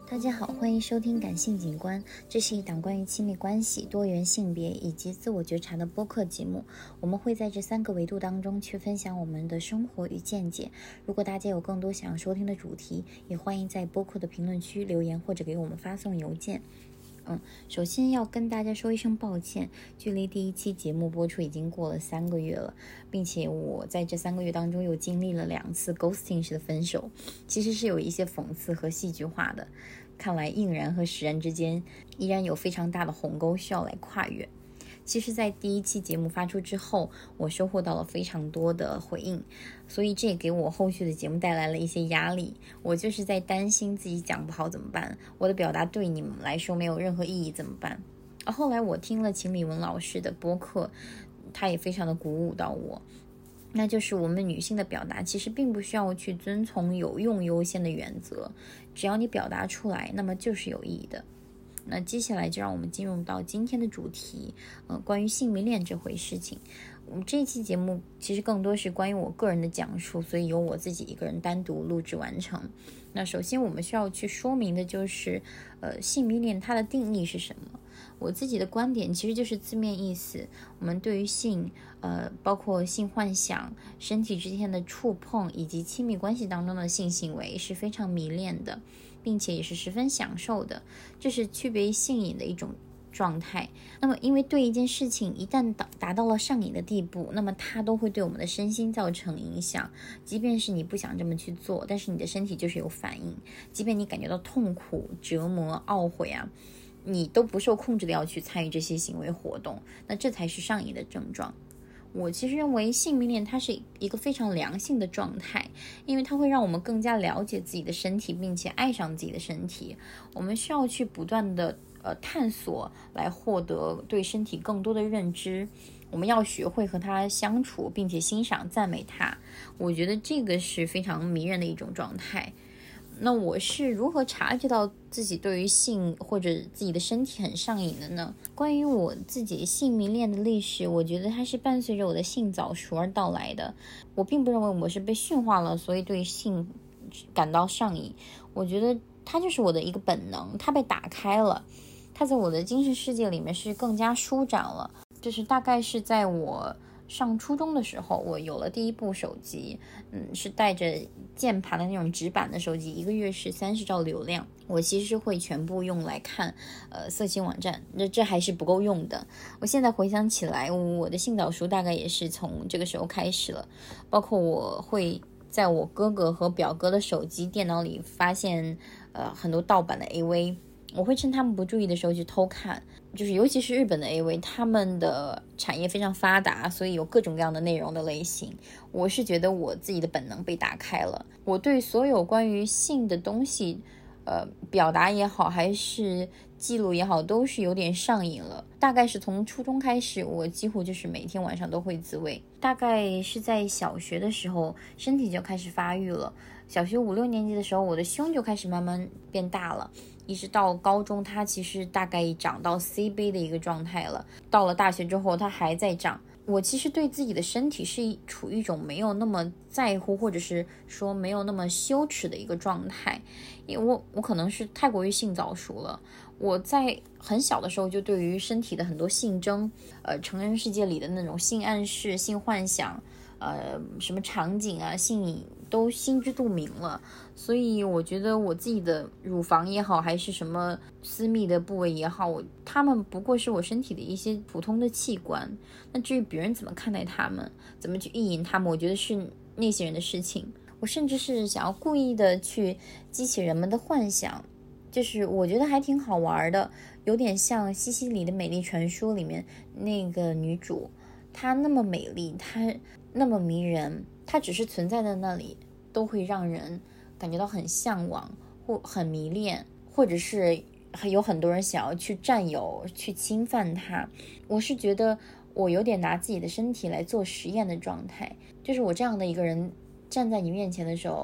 大家好，欢迎收听感性景观，这是一档关于亲密关系、多元性别以及自我觉察的播客节目。我们会在这3个维度当中去分享我们的生活与见解。如果大家有更多想要收听的主题，也欢迎在播客的评论区留言或者给我们发送邮件。首先要跟大家说一声抱歉，距离第1期节目播出已经过了3个月了，并且我在这3个月当中又经历了2次 ghosting 式的分手，其实是有一些讽刺和戏剧化的。看来应然和实然之间依然有非常大的鸿沟需要来跨越。其实在第1期节目发出之后，我收获到了非常多的回应，所以这也给我后续的节目带来了一些压力。我就是在担心自己讲不好怎么办，我的表达对你们来说没有任何意义怎么办。后来我听了秦理文老师的播客，他也非常的鼓舞到我，那就是我们女性的表达其实并不需要去遵从有用优先的原则，只要你表达出来，那么就是有意义的。那接下来就让我们进入到今天的主题，关于性迷恋这回事情。我们这一期节目其实更多是关于我个人的讲述，所以由我自己一个人单独录制完成。那首先我们需要去说明的就是，性迷恋它的定义是什么？我自己的观点其实就是字面意思，我们对于性，包括性幻想、身体之间的触碰以及亲密关系当中的性行为是非常迷恋的，并且也是十分享受的，这是区别于性瘾的一种状态。那么因为对一件事情一旦达到了上瘾的地步，那么它都会对我们的身心造成影响，即便是你不想这么去做，但是你的身体就是有反应，即便你感觉到痛苦、折磨、懊悔啊，你都不受控制的要去参与这些行为活动，那这才是上瘾的症状。我其实认为性迷恋它是一个非常良性的状态，因为它会让我们更加了解自己的身体，并且爱上自己的身体。我们需要去不断的探索来获得对身体更多的认知，我们要学会和它相处，并且欣赏赞美它。我觉得这个是非常迷人的一种状态。那我是如何察觉到自己对于性或者自己的身体很上瘾的呢？关于我自己性迷恋的历史，我觉得它是伴随着我的性早熟而到来的。我并不认为我是被驯化了，所以对性感到上瘾。我觉得它就是我的一个本能，它被打开了，它在我的精神世界里面是更加舒展了。就是大概是在我上初中的时候，我有了第1部手机，是带着键盘的那种直板的手机，1个月是30兆流量。我其实会全部用来看色情网站，这还是不够用的。我现在回想起来，我的性早熟大概也是从这个时候开始了。包括我会在我哥哥和表哥的手机电脑里发现很多盗版的 AV，我会趁他们不注意的时候去偷看，就是尤其是日本的 AV， 他们的产业非常发达，所以有各种各样的内容的类型。我是觉得我自己的本能被打开了，我对所有关于性的东西表达也好还是记录也好，都是有点上瘾了。大概是从初中开始，我几乎就是每天晚上都会自慰。大概是在小学的时候，身体就开始发育了。小学5、6年级的时候，我的胸就开始慢慢变大了，一直到高中，它其实大概长到 C 杯的一个状态了。到了大学之后，它还在长。我其实对自己的身体是处于一种没有那么在乎，或者是说没有那么羞耻的一个状态，因为我可能是太过于性早熟了。我在很小的时候就对于身体的很多性征，成人世界里的那种性暗示、性幻想，什么场景啊、性瘾都心知肚明了。所以我觉得我自己的乳房也好，还是什么私密的部位也好，他们不过是我身体的一些普通的器官。那至于别人怎么看待他们，怎么去意淫他们，我觉得是那些人的事情。我甚至是想要故意的去激起人们的幻想，就是我觉得还挺好玩的，有点像西西里的美丽传说里面那个女主，她那么美丽，她那么迷人，她只是存在在那里都会让人感觉到很向往或很迷恋，或者是有很多人想要去占有、去侵犯她。我是觉得我有点拿自己的身体来做实验的状态，就是我这样的一个人站在你面前的时候，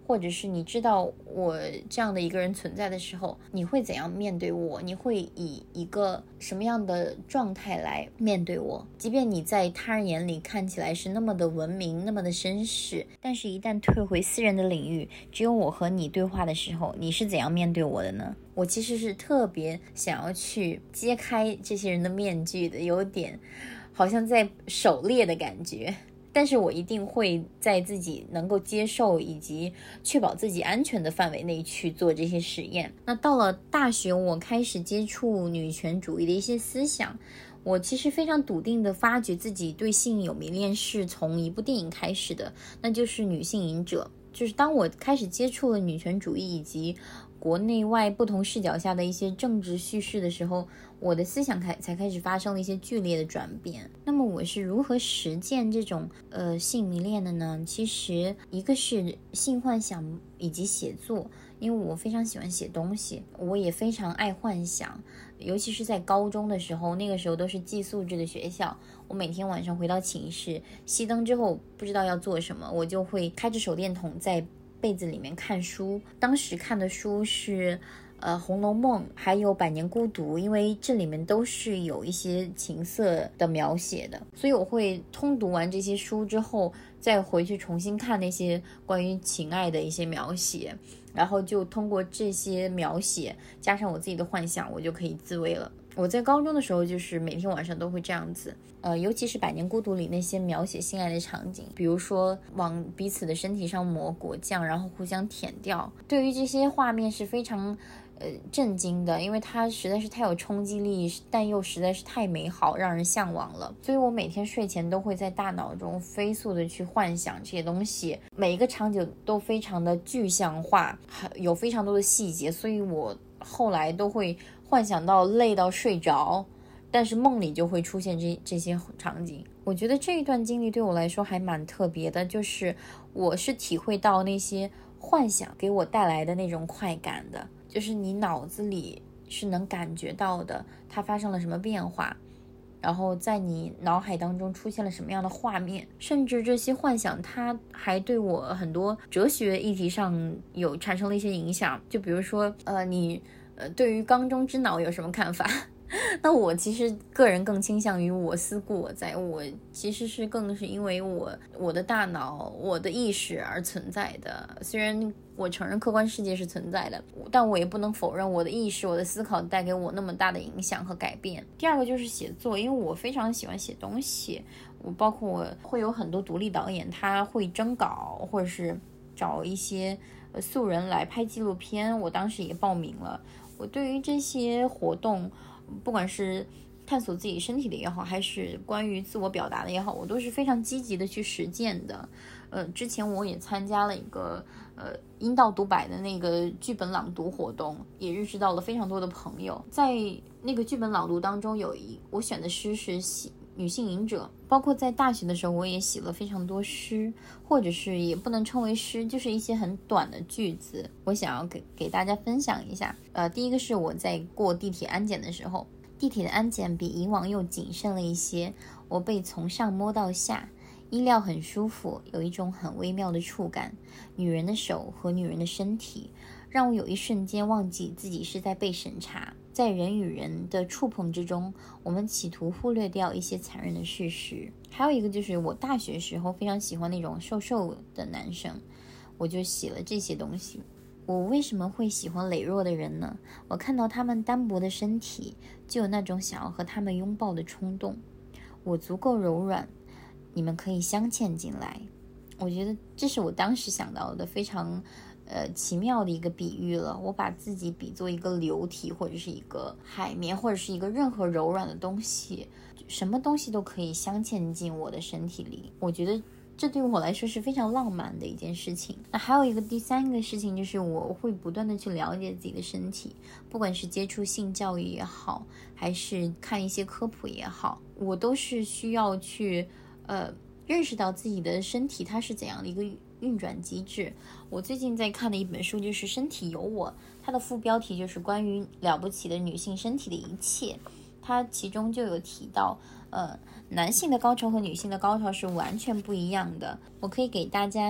或者是你知道我这样的一个人存在的时候，你会怎样面对我？你会以一个什么样的状态来面对我？即便你在他人眼里看起来是那么的文明，那么的绅士，但是一旦退回私人的领域，只有我和你对话的时候，你是怎样面对我的呢？我其实是特别想要去揭开这些人的面具的，有点好像在狩猎的感觉。但是我一定会在自己能够接受以及确保自己安全的范围内去做这些实验。那到了大学，我开始接触女权主义的一些思想，我其实非常笃定的发觉自己对性有迷恋是从一部电影开始的，那就是《女性瘾者》。就是当我开始接触了女权主义以及国内外不同视角下的一些政治叙事的时候，我的思想才开始发生了一些剧烈的转变。那么我是如何实践这种性迷恋的呢？其实一个是性幻想以及写作，因为我非常喜欢写东西，我也非常爱幻想，尤其是在高中的时候，那个时候都是寄宿制的学校，我每天晚上回到寝室熄灯之后不知道要做什么，我就会开着手电筒在被子里面看书。当时看的书是红楼梦还有百年孤独，因为这里面都是有一些情色的描写的，所以我会通读完这些书之后再回去重新看那些关于情爱的一些描写，然后就通过这些描写加上我自己的幻想，我就可以自慰了。我在高中的时候就是每天晚上都会这样子，尤其是《百年孤独》里那些描写性爱的场景，比如说往彼此的身体上抹果酱，然后互相舔掉，对于这些画面是非常震惊的，因为它实在是太有冲击力，但又实在是太美好，让人向往了。所以我每天睡前都会在大脑中飞速的去幻想这些东西，每一个场景都非常的具象化，有非常多的细节，所以我后来都会幻想到累到睡着，但是梦里就会出现这些场景。我觉得这一段经历对我来说还蛮特别的，就是我是体会到那些幻想给我带来的那种快感的，就是你脑子里是能感觉到的它发生了什么变化，然后在你脑海当中出现了什么样的画面，甚至这些幻想它还对我很多哲学议题上有产生了一些影响。就比如说你对于缸中之脑有什么看法？那我其实个人更倾向于我思故我在，我其实是更是因为我的大脑我的意识而存在的。虽然我承认客观世界是存在的，但我也不能否认我的意识我的思考带给我那么大的影响和改变。第二个就是写作，因为我非常喜欢写东西，包括我会有很多独立导演他会征稿或者是找一些素人来拍纪录片，我当时也报名了。我对于这些活动，不管是探索自己身体的也好，还是关于自我表达的也好，我都是非常积极的去实践的。之前我也参加了一个阴道独白的那个剧本朗读活动，也认识到了非常多的朋友。在那个剧本朗读当中，我选的诗是女性瘾者，包括在大学的时候我也写了非常多诗，或者是也不能称为诗，就是一些很短的句子，我想要给大家分享一下。第一个是我在过地铁安检的时候，地铁的安检比以往又谨慎了一些，我被从上摸到下，衣料很舒服，有一种很微妙的触感，女人的手和女人的身体，让我有一瞬间忘记自己是在被审查。在人与人的触碰之中，我们企图忽略掉一些残忍的事实。还有一个就是我大学时候非常喜欢那种瘦瘦的男生，我就写了这些东西。我为什么会喜欢羸弱的人呢？我看到他们单薄的身体，就有那种想要和他们拥抱的冲动。我足够柔软，你们可以镶嵌进来。我觉得这是我当时想到的非常奇妙的一个比喻了。我把自己比作一个流体，或者是一个海绵，或者是一个任何柔软的东西，什么东西都可以镶嵌进我的身体里。我觉得这对我来说是非常浪漫的一件事情。那还有一个第三个事情，就是我会不断的去了解自己的身体，不管是接触性教育也好，还是看一些科普也好，我都是需要去认识到自己的身体它是怎样的一个运转机制。我最近在看的一本书就是《身体有我》，它的副标题就是关于了不起的女性身体的一切。它其中就有提到男性的高潮和女性的高潮是完全不一样的。我可以给大家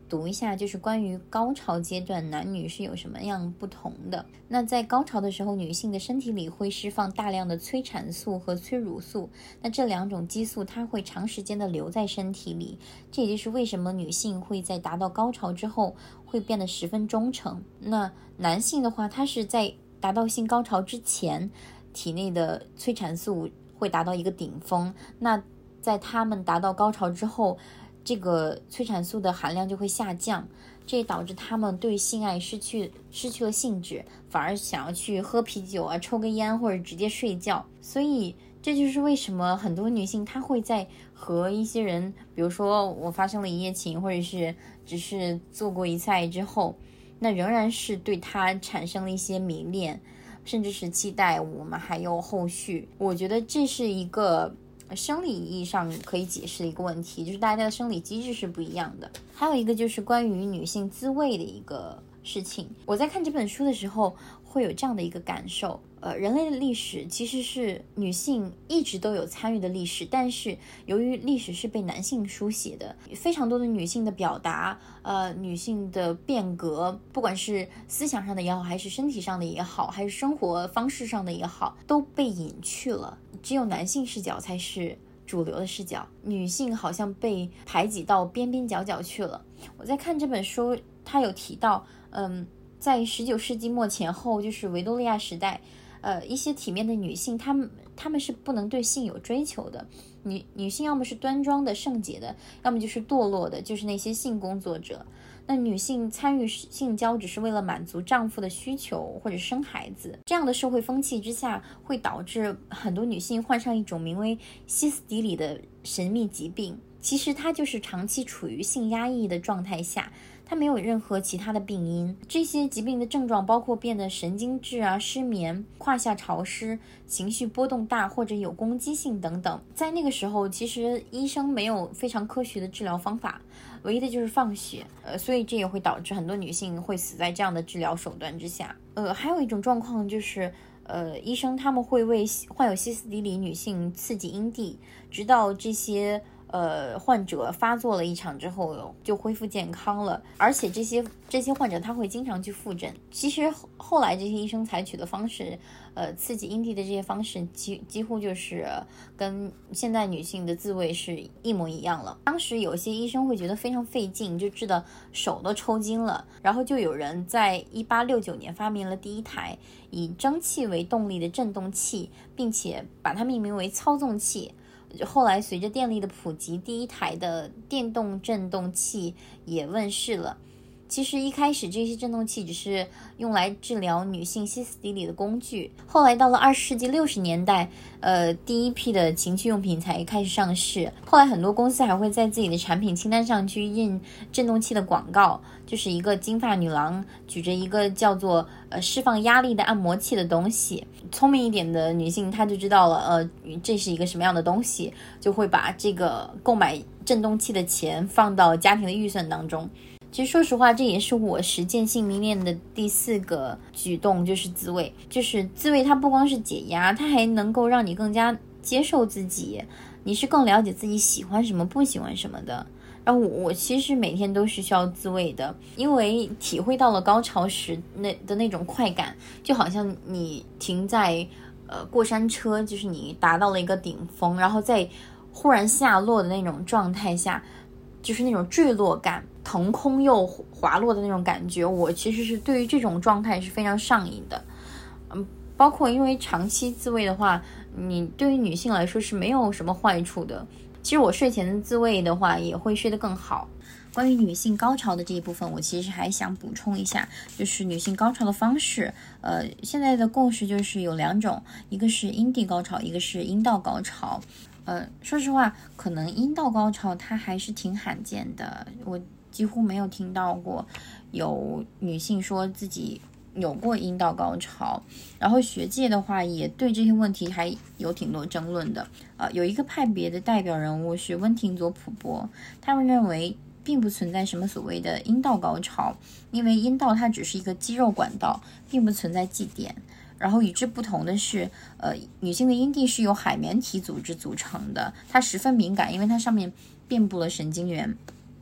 读一下，就是关于高潮阶段男女是有什么样不同的。那在高潮的时候，女性的身体里会释放大量的催产素和催乳素，那这两种激素它会长时间的留在身体里，这也就是为什么女性会在达到高潮之后会变得十分忠诚。那男性的话，他是在达到性高潮之前，体内的催产素会达到一个顶峰，那在他们达到高潮之后，这个催产素的含量就会下降，这也导致他们对性爱失去了兴致，反而想要去喝啤酒啊、抽根烟或者直接睡觉。所以这就是为什么很多女性她会在和一些人，比如说我发生了一夜情，或者是只是做过一次爱之后，那仍然是对他产生了一些迷恋，甚至是期待我们还有后续。我觉得这是一个生理意义上可以解释的一个问题，就是大家的生理机制是不一样的。还有一个就是关于女性自慰的一个事情，我在看这本书的时候会有这样的一个感受，人类的历史其实是女性一直都有参与的历史，但是由于历史是被男性书写的，非常多的女性的表达，女性的变革，不管是思想上的也好，还是身体上的也好，还是生活方式上的也好，都被隐去了，只有男性视角才是主流的视角，女性好像被排挤到边边角角去了。我在看这本书，他有提到，在19世纪末前后，就是维多利亚时代，一些体面的女性，她们是不能对性有追求的。女性要么是端庄的、圣洁的，要么就是堕落的，就是那些性工作者。那女性参与性交只是为了满足丈夫的需求或者生孩子，这样的社会风气之下，会导致很多女性患上一种名为歇斯底里的神秘疾病。其实它就是长期处于性压抑的状态下，它没有任何其他的病因。这些疾病的症状包括变得神经质啊、失眠、胯下潮湿、情绪波动大或者有攻击性等等。在那个时候，其实医生没有非常科学的治疗方法，唯一的就是放血，所以这也会导致很多女性会死在这样的治疗手段之下。还有一种状况就是，医生他们会为患有歇斯底里女性刺激阴蒂，直到这些患者发作了一场之后就恢复健康了，而且这些患者他会经常去复诊。其实后来这些医生采取的方式，刺激阴蒂的这些方式几乎就是跟现代女性的自慰是一模一样了。当时有些医生会觉得非常费劲，就治得手都抽筋了，然后就有人在1869年发明了第一台以蒸汽为动力的振动器，并且把它命名为操纵器。后来随着电力的普及，第一台的电动振动器也问世了。其实一开始这些振动器只是用来治疗女性歇斯底里的工具，后来到了20世纪60年代，第一批的情趣用品才开始上市。后来很多公司还会在自己的产品清单上去印振动器的广告，就是一个金发女郎举着一个叫做释放压力的按摩器的东西。聪明一点的女性她就知道了，这是一个什么样的东西，就会把这个购买振动器的钱放到家庭的预算当中。其实说实话，这也是我实践性迷恋的第4个举动，就是自慰。就是自慰它不光是解压，它还能够让你更加接受自己，你是更了解自己喜欢什么不喜欢什么的。然后我其实每天都是需要自慰的，因为体会到了高潮时的那种快感，就好像你停在过山车，就是你达到了一个顶峰，然后在忽然下落的那种状态下，就是那种坠落感，腾空又滑落的那种感觉，我其实是对于这种状态是非常上瘾的。包括因为长期自慰的话，你对于女性来说是没有什么坏处的。其实我睡前的自慰的话也会睡得更好。关于女性高潮的这一部分，我其实还想补充一下，就是女性高潮的方式。现在的共识就是有2种，一个是阴蒂高潮，一个是阴道高潮。说实话，可能阴道高潮它还是挺罕见的，我几乎没有听到过有女性说自己有过阴道高潮。然后学界的话也对这些问题还有挺多争论的。有一个派别的代表人物是温廷佐普伯，他们认为并不存在什么所谓的阴道高潮，因为阴道它只是一个肌肉管道，并不存在祭点。然后与之不同的是，女性的阴蒂是由海绵体组织组成的，它十分敏感，因为它上面遍布了神经元，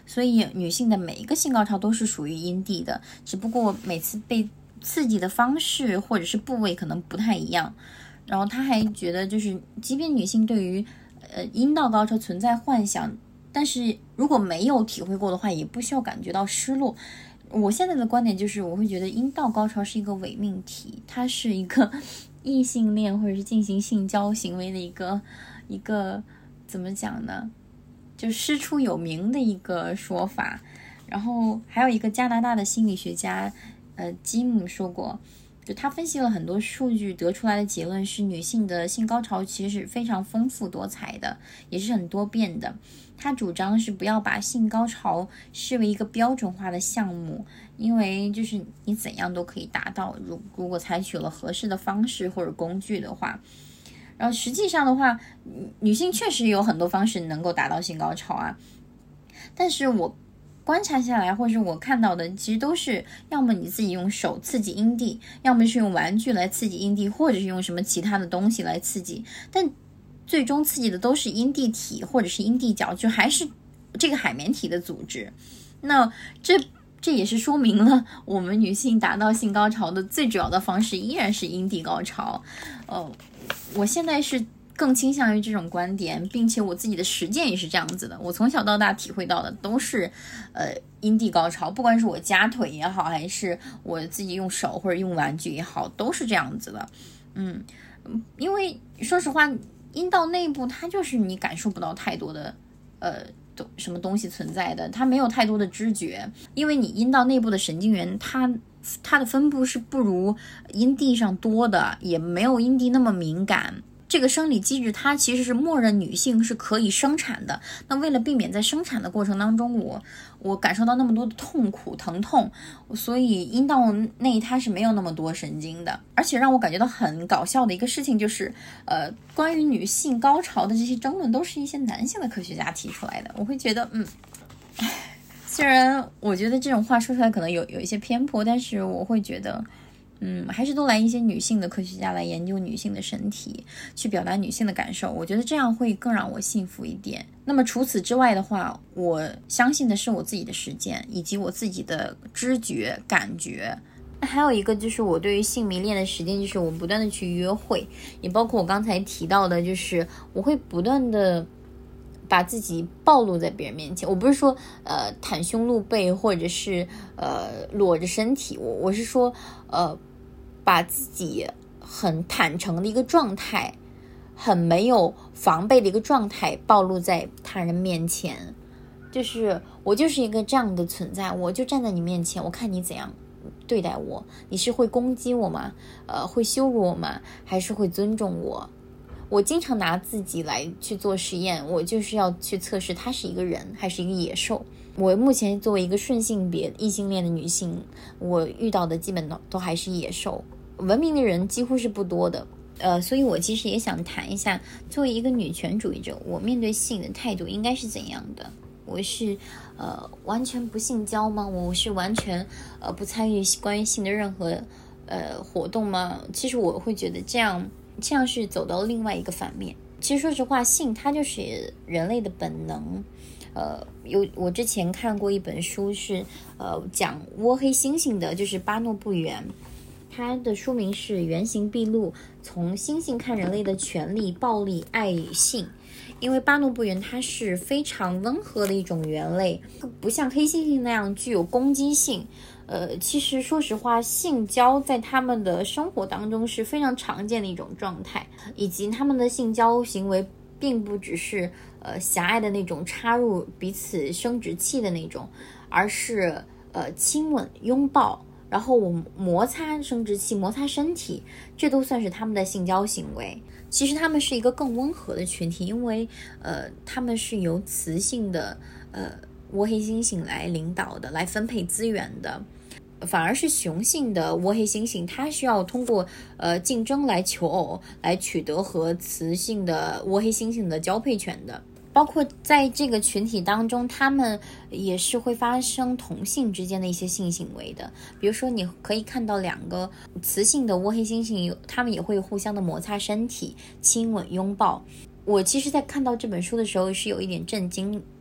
所以女性的每一个性高潮都是属于阴蒂的，只不过每次被刺激的方式或者是部位可能不太一样。然后他还觉得，就是即便女性对于阴道高潮存在幻想，但是如果没有体会过的话，也不需要感觉到失落。我现在的观点就是，我会觉得阴道高潮是一个伪命题，它是一个异性恋或者是进行性交行为的一个怎么讲呢，就师出有名的一个说法。然后还有一个加拿大的心理学家吉姆说过，就他分析了很多数据，得出来的结论是女性的性高潮其实是非常丰富多彩的，也是很多变的。他主张是不要把性高潮视为一个标准化的项目，因为就是你怎样都可以达到，如果采取了合适的方式或者工具的话。然后实际上的话，女性确实有很多方式能够达到性高潮啊，但是我观察下来，或是我看到的，其实都是要么你自己用手刺激阴蒂，要么是用玩具来刺激阴蒂，或者是用什么其他的东西来刺激，但最终刺激的都是阴蒂体或者是阴蒂角，就还是这个海绵体的组织。那这也是说明了我们女性达到性高潮的最主要的方式依然是阴蒂高潮。我现在是更倾向于这种观点，并且我自己的实践也是这样子的。我从小到大体会到的都是阴蒂高潮，不管是我夹腿也好，还是我自己用手或者用玩具也好，都是这样子的。因为说实话，阴道内部它就是你感受不到太多的什么东西存在的，它没有太多的知觉，因为你阴道内部的神经元它的分布是不如阴蒂上多的，也没有阴蒂那么敏感。这个生理机制它其实是默认女性是可以生产的，那为了避免在生产的过程当中我感受到那么多的痛苦疼痛，所以阴道内它是没有那么多神经的。而且让我感觉到很搞笑的一个事情就是关于女性高潮的这些争论都是一些男性的科学家提出来的。我会觉得虽然我觉得这种话说出来可能有一些偏颇，但是我会觉得还是都来一些女性的科学家来研究女性的身体，去表达女性的感受，我觉得这样会更让我幸福一点。那么除此之外的话，我相信的是我自己的实践以及我自己的知觉感觉。还有一个就是我对于性迷恋的实践，就是我不断的去约会，也包括我刚才提到的，就是我会不断的把自己暴露在别人面前。我不是说袒胸露背或者是裸着身体，我是说把自己很坦诚的一个状态，很没有防备的一个状态暴露在他人面前。就是我就是一个这样的存在，我就站在你面前，我看你怎样对待我，你是会攻击我吗？会羞辱我吗？还是会尊重我？我经常拿自己来去做实验，我就是要去测试他是一个人还是一个野兽。我目前作为一个顺性别异性恋的女性，我遇到的基本都还是野兽，文明的人几乎是不多的。所以我其实也想谈一下，作为一个女权主义者，我面对性的态度应该是怎样的？我是完全不性交吗？我是完全不参与关于性的任何活动吗？其实我会觉得这样是走到另外一个反面。其实说实话，性它就是人类的本能。我之前看过一本书是讲倭黑猩猩的，就是巴诺布原，它的书名是《原形毕露：从猩猩看人类的权利、暴力、爱与性》。因为巴诺布原它是非常温和的一种猿类，不像黑猩猩那样具有攻击性。其实说实话，性交在他们的生活当中是非常常见的一种状态，以及他们的性交行为并不只是狭隘的那种插入彼此生殖器的那种，而是亲吻、拥抱，然后摩擦生殖器、摩擦身体，这都算是他们的性交行为。其实他们是一个更温和的群体，因为他们是由雌性的倭黑猩猩来领导的，来分配资源的。反而是雄性的倭黑猩猩，它需要通过竞争来求偶，来取得和雌性的倭黑猩猩的交配权的。包括在这个群体当中，他们也是会发生同性之间的一些性行为的。比如说你可以看到两个雌性的倭黑猩猩，他们也会互相的摩擦身体、亲吻、拥抱。我其实在看到这本书的时候是有一点震惊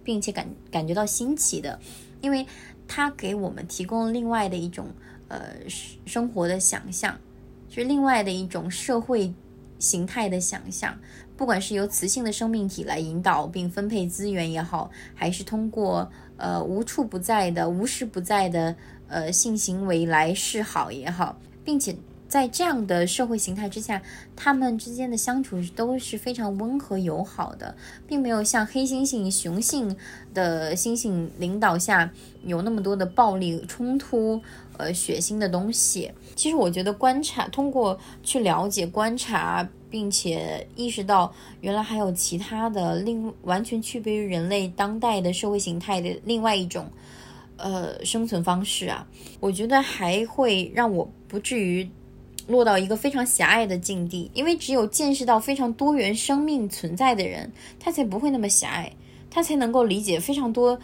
并且感觉到新奇的，因为它给我们提供了另外的一种生活的想象，就是另外的一种社会形态的想象，不管是由雌性的生命体来引导并分配资源也好，还是通过无处不在的无时不在的性行为来示好也好，并且在这样的社会形态之下，他们之间的相处都是非常温和友好的，并没有像黑猩猩雄性的猩猩领导下有那么多的暴力冲突血腥的东西。其实我觉得通过去了解观察，并且意识到原来还有其他的完全区别于人类当代的社会形态的另外一种生存方式啊，我觉得还会让我不至于落到一个非常狭隘的境地，因为只有见识到非常多元生命存在的人，他才不会那么狭隘，他才能够理解非常多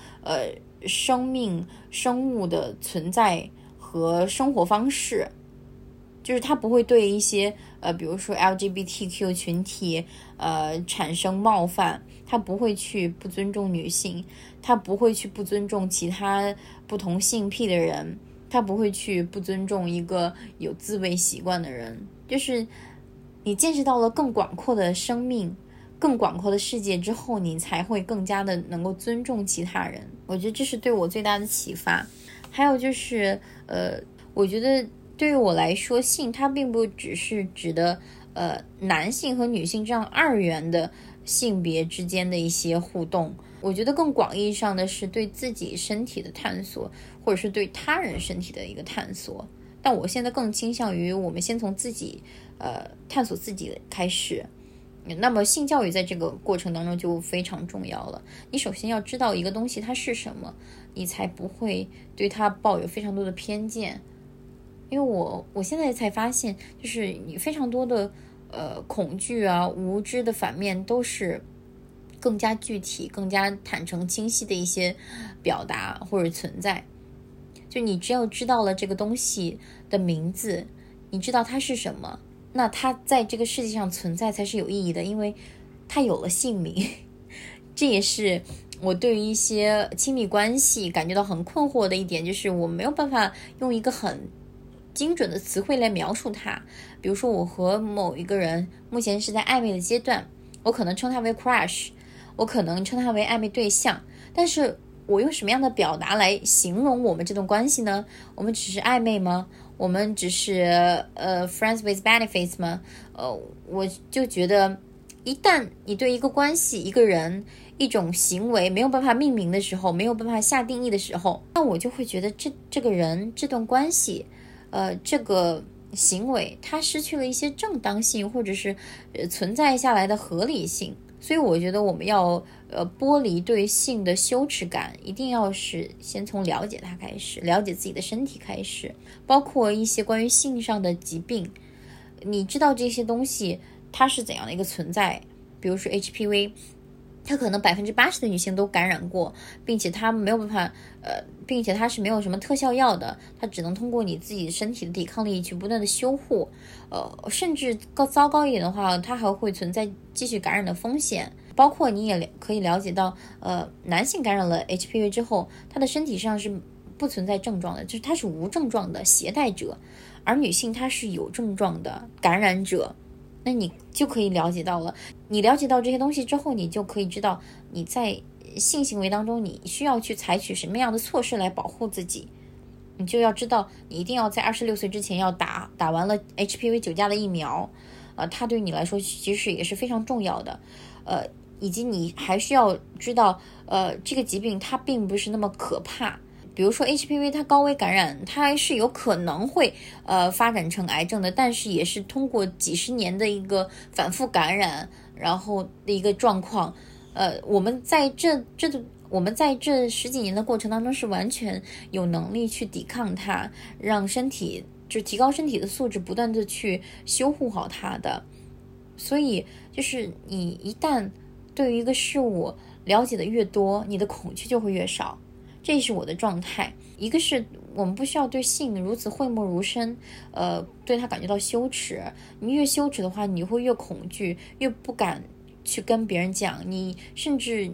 生物的存在和生活方式，就是他不会对一些比如说 LGBTQ 群体产生冒犯，他不会去不尊重女性，他不会去不尊重其他不同性癖的人，他不会去不尊重一个有自慰习惯的人。就是你见识到了更广阔的生命，更广阔的世界之后，你才会更加的能够尊重其他人。我觉得这是对我最大的启发。还有就是我觉得对于我来说，性它并不只是指的男性和女性这样二元的性别之间的一些互动，我觉得更广义上的是对自己身体的探索，或者是对他人身体的一个探索。但我现在更倾向于我们先从自己探索自己开始。那么性教育在这个过程当中就非常重要了，你首先要知道一个东西它是什么，你才不会对它抱有非常多的偏见。因为我现在才发现，就是你非常多的恐惧啊、无知的反面都是更加具体、更加坦诚清晰的一些表达或者存在。就你只有知道了这个东西的名字，你知道它是什么，那它在这个世界上存在才是有意义的，因为它有了姓名。这也是我对于一些亲密关系感觉到很困惑的一点，就是我没有办法用一个很精准的词汇来描述它。比如说我和某一个人目前是在暧昧的阶段，我可能称他为 crush， 我可能称他为暧昧对象，但是我用什么样的表达来形容我们这段关系呢？我们只是暧昧吗？我们只是friends with benefits 吗？我就觉得一旦你对一个关系、一个人、一种行为没有办法命名的时候，没有办法下定义的时候，那我就会觉得这个人、这段关系这个行为它失去了一些正当性，或者是存在下来的合理性。所以我觉得我们要剥离对性的羞耻感，一定要是先从了解它开始，了解自己的身体开始，包括一些关于性上的疾病，你知道这些东西它是怎样的一个存在。比如说 HPV， 它可能80%的女性都感染过，并且它没有办法并且它是没有什么特效药的，它只能通过你自己身体的抵抗力去不断的修护，甚至糟糕一点的话，它还会存在继续感染的风险。包括你也可以了解到男性感染了 HPV 之后，他的身体上是不存在症状的，就是他是无症状的携带者，而女性她是有症状的感染者。那你就可以了解到了，你了解到这些东西之后，你就可以知道你在性行为当中你需要去采取什么样的措施来保护自己。你就要知道你一定要在26岁之前要打完了 HPV 9价的疫苗，它对你来说其实也是非常重要的，以及你还需要知道这个疾病它并不是那么可怕。比如说 HPV 它高危感染，它是有可能会发展成癌症的，但是也是通过几十年的一个反复感染然后的一个状况，我们在这十几年的过程当中是完全有能力去抵抗它，让身体就提高身体的素质，不断的去修护好它的。所以就是你一旦对于一个事物了解的越多，你的恐惧就会越少。这是我的状态。一个是我们不需要对性如此讳莫如深，对它感觉到羞耻。你越羞耻的话，你会越恐惧，越不敢去跟别人讲。你甚至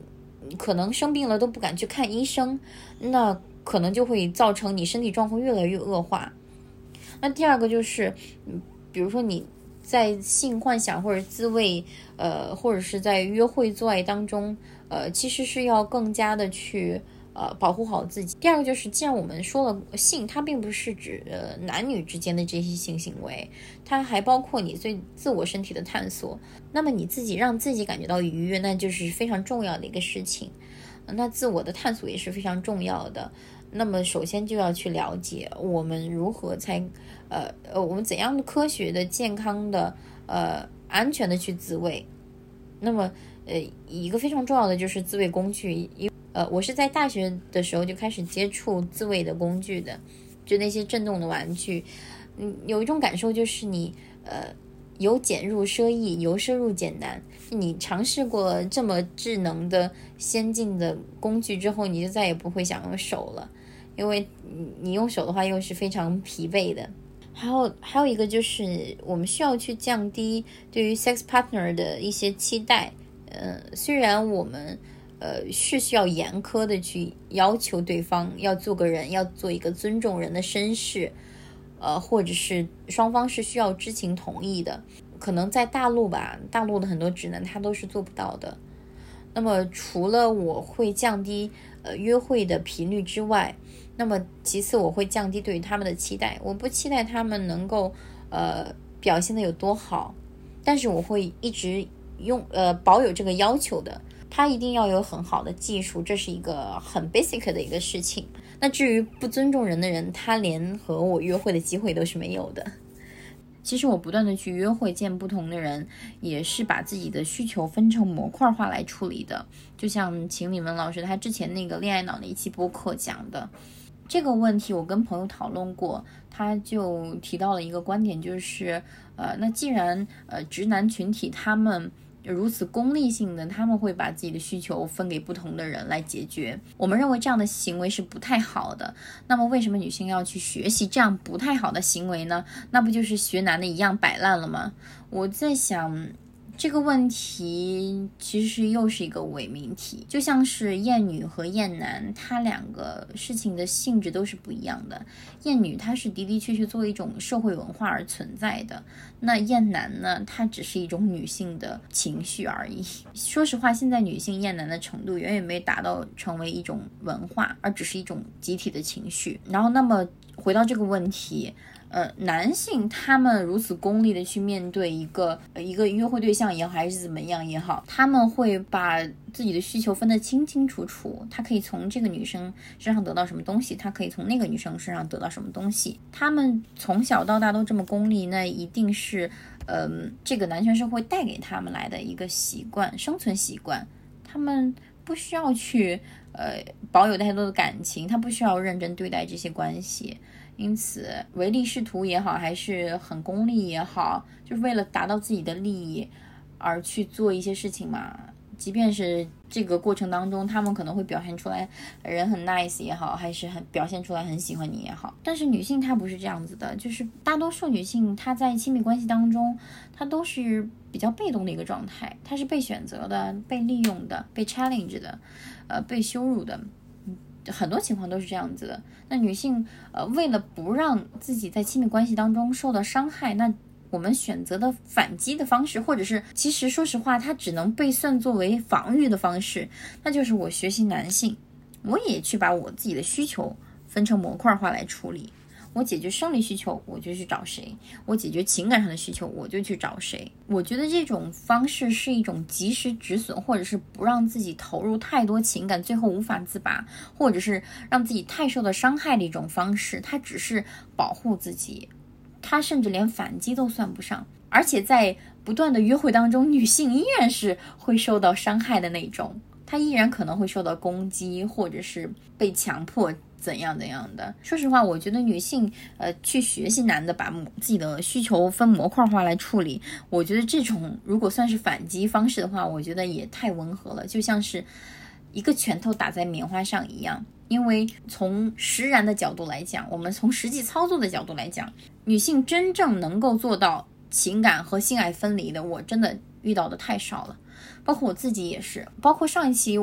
可能生病了都不敢去看医生，那可能就会造成你身体状况越来越恶化。那第二个就是，比如说你在性幻想或者自慰，或者是在约会做爱当中，其实是要更加的去保护好自己。第二个就是，既然我们说了性，它并不是指男女之间的这些性行为，它还包括你对自我身体的探索。那么你自己让自己感觉到愉悦，那就是非常重要的一个事情。那自我的探索也是非常重要的。那么首先就要去了解我们如何才我们怎样的科学的、健康的、安全的去自慰。那么一个非常重要的就是自慰工具。我是在大学的时候就开始接触自慰的工具的，就那些震动的玩具。有一种感受就是你由俭入奢易，由奢入俭难。你尝试过这么智能的先进的工具之后，你就再也不会想用手了，因为你用手的话又是非常疲惫的。还有一个就是我们需要去降低对于 sex partner 的一些期待。虽然我们是需要严苛的去要求对方要做个人，要做一个尊重人的绅士，或者是双方是需要知情同意的。可能在大陆吧，大陆的很多直男他都是做不到的。那么除了我会降低约会的频率之外，那么其次我会降低对于他们的期待。我不期待他们能够表现的有多好，但是我会一直保有这个要求的。他一定要有很好的技术，这是一个很 basic 的一个事情。那至于不尊重人的人，他连和我约会的机会都是没有的。其实我不断的去约会见不同的人，也是把自己的需求分成模块化来处理的。就像秦敏文老师他之前那个恋爱脑的一期播客讲的这个问题，我跟朋友讨论过，他就提到了一个观点，就是那既然直男群体他们如此功利性的，他们会把自己的需求分给不同的人来解决。我们认为这样的行为是不太好的。那么为什么女性要去学习这样不太好的行为呢？那不就是学男的一样摆烂了吗？我在想这个问题其实又是一个伪命题，就像是厌女和厌男，它两个事情的性质都是不一样的。厌女它是的的确确作为一种社会文化而存在的，那厌男呢，它只是一种女性的情绪而已。说实话，现在女性厌男的程度远远没达到成为一种文化，而只是一种集体的情绪。然后那么回到这个问题，男性他们如此功利的去面对一个约会对象也好，还是怎么样也好，他们会把自己的需求分得清清楚楚。他可以从这个女生身上得到什么东西，他可以从那个女生身上得到什么东西。他们从小到大都这么功利，那一定是这个男权社会带给他们来的一个习惯，生存习惯。他们不需要去保有太多的感情，他不需要认真对待这些关系。因此唯利是图也好，还是很功利也好，就是为了达到自己的利益而去做一些事情嘛。即便是这个过程当中他们可能会表现出来人很 nice 也好，还是表现出来很喜欢你也好，但是女性她不是这样子的。就是大多数女性她在亲密关系当中，她都是比较被动的一个状态，她是被选择的，被利用的，被 challenge 的，被羞辱的，很多情况都是这样子的。那女性为了不让自己在亲密关系当中受到伤害，那我们选择的反击的方式，或者是其实说实话它只能被算作为防御的方式，那就是我学习男性，我也去把我自己的需求分成模块化来处理。我解决生理需求我就去找谁，我解决情感上的需求我就去找谁。我觉得这种方式是一种及时止损，或者是不让自己投入太多情感最后无法自拔，或者是让自己太受到伤害的一种方式。它只是保护自己，它甚至连反击都算不上。而且在不断的约会当中，女性依然是会受到伤害的那种，她依然可能会受到攻击，或者是被强迫怎样的。说实话，我觉得女性去学习男的把自己的需求分模块化来处理，我觉得这种如果算是反击方式的话，我觉得也太温和了，就像是一个拳头打在棉花上一样。因为从实然的角度来讲，我们从实际操作的角度来讲，女性真正能够做到情感和性爱分离的，我真的遇到的太少了。包括我自己也是，包括上一期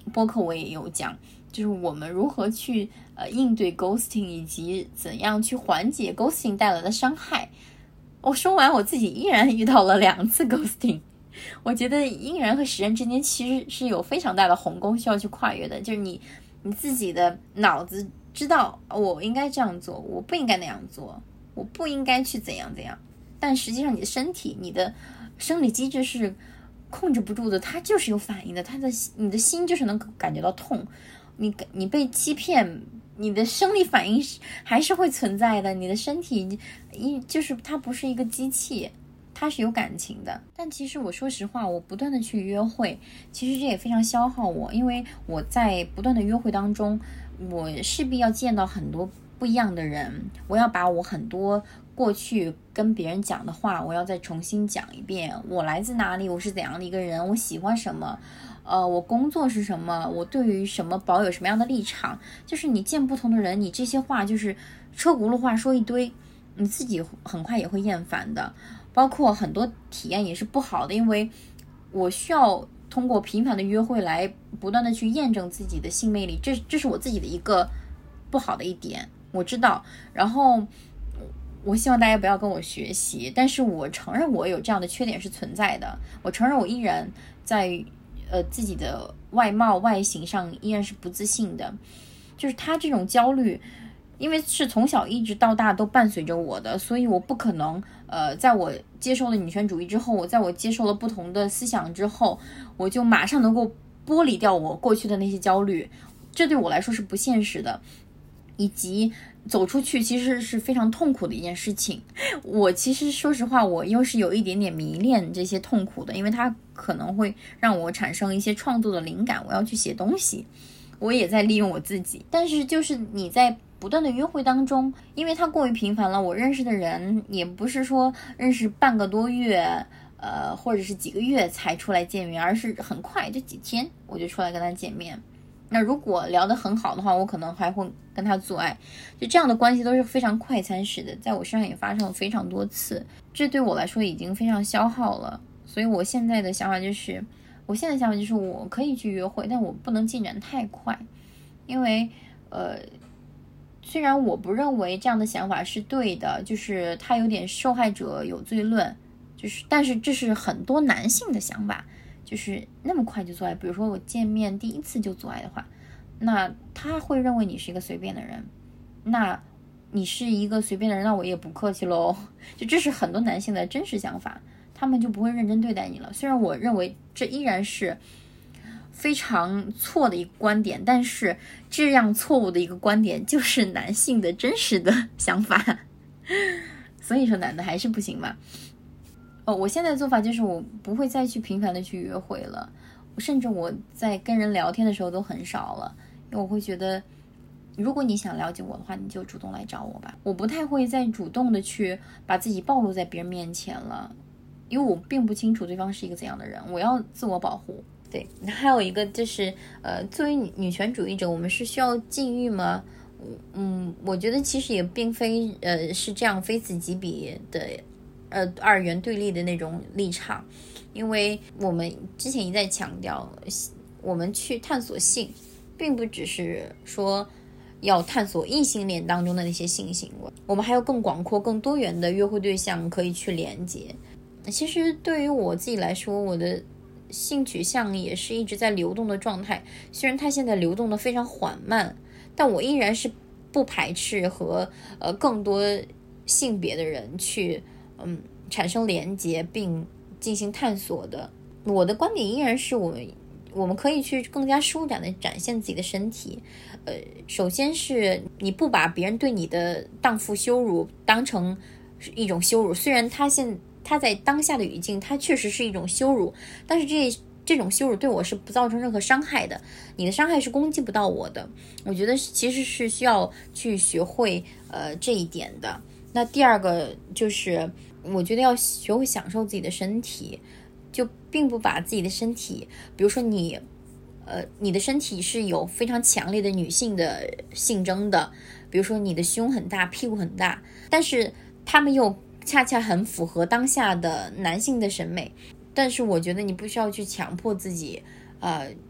播客我也有讲，就是我们如何去应对 ghosting 以及怎样去缓解 ghosting 带来的伤害。我说完我自己依然遇到了2次 ghosting， 我觉得因人和实人之间其实是有非常大的鸿沟需要去跨越的，就是你自己的脑子知道我应该这样做，我不应该那样做，我不应该去怎样怎样，但实际上你的身体你的生理机制是控制不住的，它就是有反应的，你的心就是能感觉到痛，你被欺骗，你的生理反应还是会存在的，你的身体就是它不是一个机器，它是有感情的。但其实我说实话，我不断的去约会，其实这也非常消耗我，因为我在不断的约会当中，我势必要见到很多不一样的人，我要把我很多过去跟别人讲的话，我要再重新讲一遍，我来自哪里，我是怎样的一个人，我喜欢什么，我工作是什么，我对于什么保有什么样的立场，就是你见不同的人，你这些话就是车轱辘话说一堆，你自己很快也会厌烦的。包括很多体验也是不好的，因为我需要通过频繁的约会来不断的去验证自己的性魅力，这是我自己的一个不好的一点，我知道。然后我希望大家不要跟我学习，但是我承认我有这样的缺点是存在的，我承认我依然在自己的外貌外形上依然是不自信的，就是他这种焦虑因为是从小一直到大都伴随着我的，所以我不可能在我接受了女权主义之后，在我接受了不同的思想之后，我就马上能够剥离掉我过去的那些焦虑，这对我来说是不现实的，以及走出去其实是非常痛苦的一件事情。我其实说实话，我又是有一点点迷恋这些痛苦的，因为它可能会让我产生一些创作的灵感，我要去写东西，我也在利用我自己。但是就是你在不断的约会当中，因为它过于频繁了，我认识的人也不是说认识半个多月或者是几个月才出来见面，而是很快就几天我就出来跟他见面。那如果聊得很好的话，我可能还会跟他做爱，就这样的关系都是非常快餐式的，在我身上也发生了非常多次，这对我来说已经非常消耗了。所以我现在的想法就是我可以去约会，但我不能进展太快，因为虽然我不认为这样的想法是对的，就是他有点受害者有罪论，但是这是很多男性的想法，就是那么快就做爱，比如说我见面第一次就做爱的话，那他会认为你是一个随便的人，那你是一个随便的人，那我也不客气咯。就这是很多男性的真实想法，他们就不会认真对待你了。虽然我认为这依然是非常错的一个观点，但是这样错误的一个观点就是男性的真实的想法，所以说男的还是不行嘛。我现在的做法就是我不会再去频繁的去约会了，甚至我在跟人聊天的时候都很少了，因为我会觉得如果你想了解我的话，你就主动来找我吧，我不太会再主动的去把自己暴露在别人面前了，因为我并不清楚对方是一个怎样的人，我要自我保护。对，还有一个就是作为女权主义者，我们是需要禁欲吗？我觉得其实也并非是这样非此即彼的二元对立的那种立场，因为我们之前一再强调，我们去探索性并不只是说要探索异性恋当中的那些性行为，我们还有更广阔更多元的约会对象可以去连接。其实对于我自己来说，我的性取向也是一直在流动的状态，虽然它现在流动的非常缓慢，但我依然是不排斥和更多性别的人去产生连接并进行探索的。我的观点依然是我们可以去更加舒展的展现自己的身体。首先是你不把别人对你的荡妇羞辱当成一种羞辱，虽然他在当下的语境它确实是一种羞辱，但是这种羞辱对我是不造成任何伤害的，你的伤害是攻击不到我的。我觉得其实是需要去学会这一点的。那第二个就是我觉得要学会享受自己的身体，就并不把自己的身体，比如说你的身体是有非常强烈的女性的性征的，比如说你的胸很大屁股很大，但是他们又恰恰很符合当下的男性的审美，但是我觉得你不需要去强迫自己去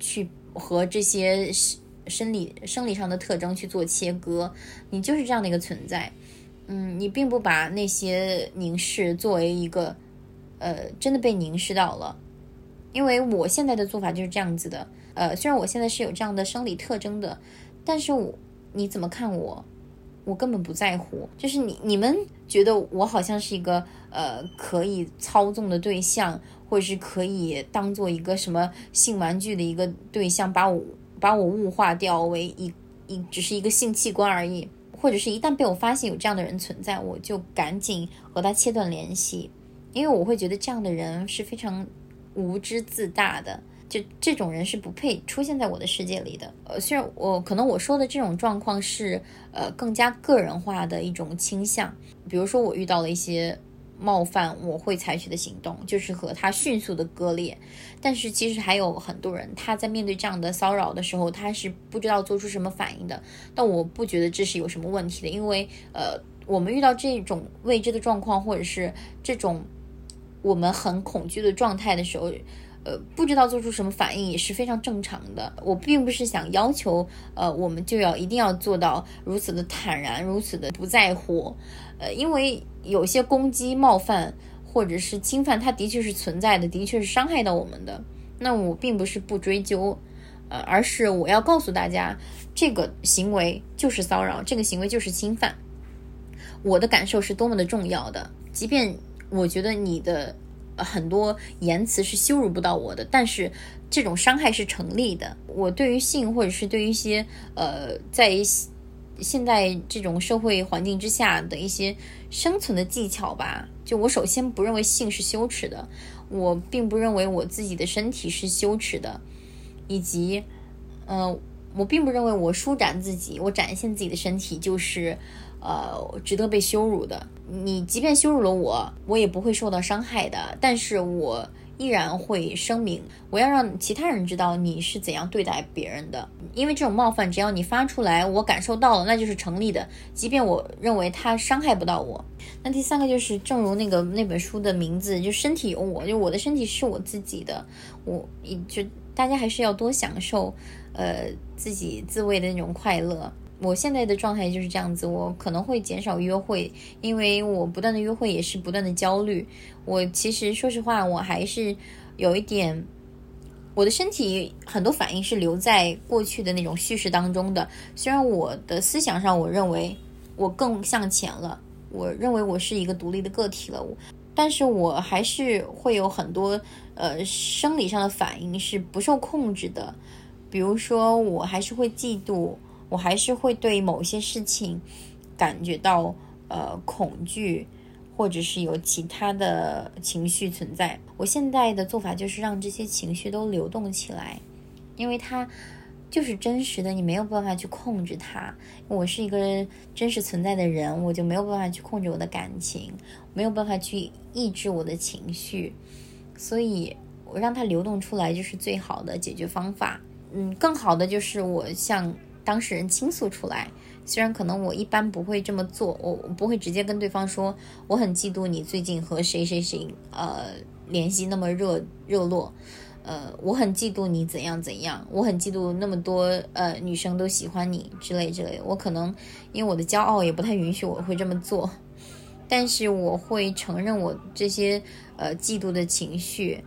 和这些生理上的特征去做切割，你就是这样的一个存在。你并不把那些凝视作为一个真的被凝视到了。因为我现在的做法就是这样子的，虽然我现在是有这样的生理特征的，但是你怎么看我根本不在乎。就是你们觉得我好像是一个可以操纵的对象，或者是可以当做一个什么性玩具的一个对象，把我物化掉为只是一个性器官而已。或者是一旦被我发现有这样的人存在，我就赶紧和他切断联系，因为我会觉得这样的人是非常无知自大的，就这种人是不配出现在我的世界里的。虽然可能我说的这种状况是更加个人化的一种倾向，比如说我遇到了一些冒犯，我会采取的行动就是和他迅速的割裂。但是其实还有很多人，他在面对这样的骚扰的时候，他是不知道做出什么反应的。但我不觉得这是有什么问题的，因为我们遇到这种未知的状况，或者是这种我们很恐惧的状态的时候，不知道做出什么反应也是非常正常的。我并不是想要求我们就一定要做到如此的坦然，如此的不在乎。因为有些攻击、冒犯或者是侵犯，它的确是存在的，的确是伤害到我们的。那我并不是不追究，而是我要告诉大家，这个行为就是骚扰，这个行为就是侵犯。我的感受是多么的重要的，即便我觉得你的很多言辞是羞辱不到我的，但是这种伤害是成立的。我对于性，或者是对于一些在现在这种社会环境之下的一些生存的技巧吧，就我首先不认为性是羞耻的，我并不认为我自己的身体是羞耻的，以及我并不认为我舒展自己，我展现自己的身体就是值得被羞辱的。你即便羞辱了我也不会受到伤害的，但是我依然会声明，我要让其他人知道你是怎样对待别人的。因为这种冒犯，只要你发出来，我感受到了，那就是成立的，即便我认为它伤害不到我。那第三个就是正如那本书的名字，就身体有我，就我的身体是我自己的，就大家还是要多享受自己自慰的那种快乐。我现在的状态就是这样子，我可能会减少约会，因为我不断的约会也是不断的焦虑。我其实说实话，我还是有一点，我的身体很多反应是留在过去的那种叙事当中的。虽然我的思想上我认为我更向前了，我认为我是一个独立的个体了，但是我还是会有很多生理上的反应是不受控制的。比如说我还是会嫉妒，我还是会对某些事情感觉到恐惧，或者是有其他的情绪存在。我现在的做法就是让这些情绪都流动起来，因为它就是真实的，你没有办法去控制它。我是一个真实存在的人，我就没有办法去控制我的感情，没有办法去抑制我的情绪，所以我让它流动出来就是最好的解决方法。更好的就是我向当事人倾诉出来，虽然可能我一般不会这么做，我不会直接跟对方说我很嫉妒你最近和谁谁谁联系那么热络，我很嫉妒你怎样怎样，我很嫉妒那么多女生都喜欢你之类之类的。我可能因为我的骄傲也不太允许我会这么做，但是我会承认我这些嫉妒的情绪。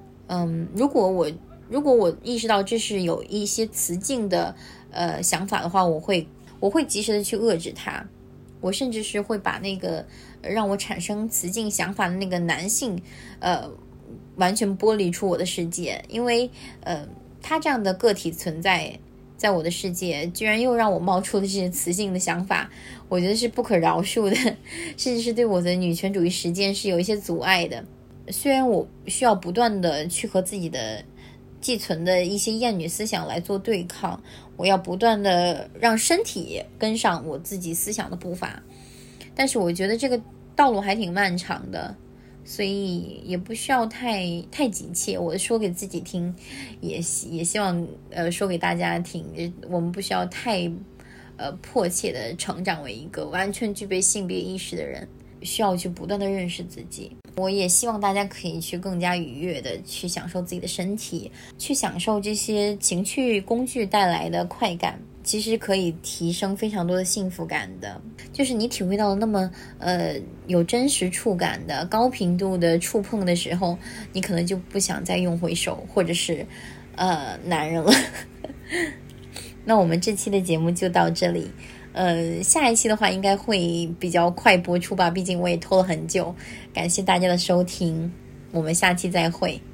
如果我意识到这是有一些雌竞的想法的话，我会及时的去遏制它。我甚至是会把那个让我产生雌竞想法的那个男性完全剥离出我的世界，因为他这样的个体存在在我的世界，居然又让我冒出了这些雌性的想法，我觉得是不可饶恕的，甚至是对我的女权主义实践是有一些阻碍的。虽然我需要不断的去和自己的寄存的一些厌女思想来做对抗，我要不断的让身体跟上我自己思想的步伐，但是我觉得这个道路还挺漫长的，所以也不需要太急切。我说给自己听，也希望说给大家听，我们不需要太迫切的成长为一个完全具备性别意识的人， 需要去不断的认识自己。我也希望大家可以去更加愉悦的去享受自己的身体，去享受这些情趣工具带来的快感，其实可以提升非常多的幸福感的。就是你体会到那么有真实触感的高频度的触碰的时候，你可能就不想再用回手或者是男人了。那我们这期的节目就到这里，下一期的话应该会比较快播出吧，毕竟我也拖了很久。感谢大家的收听，我们下期再会。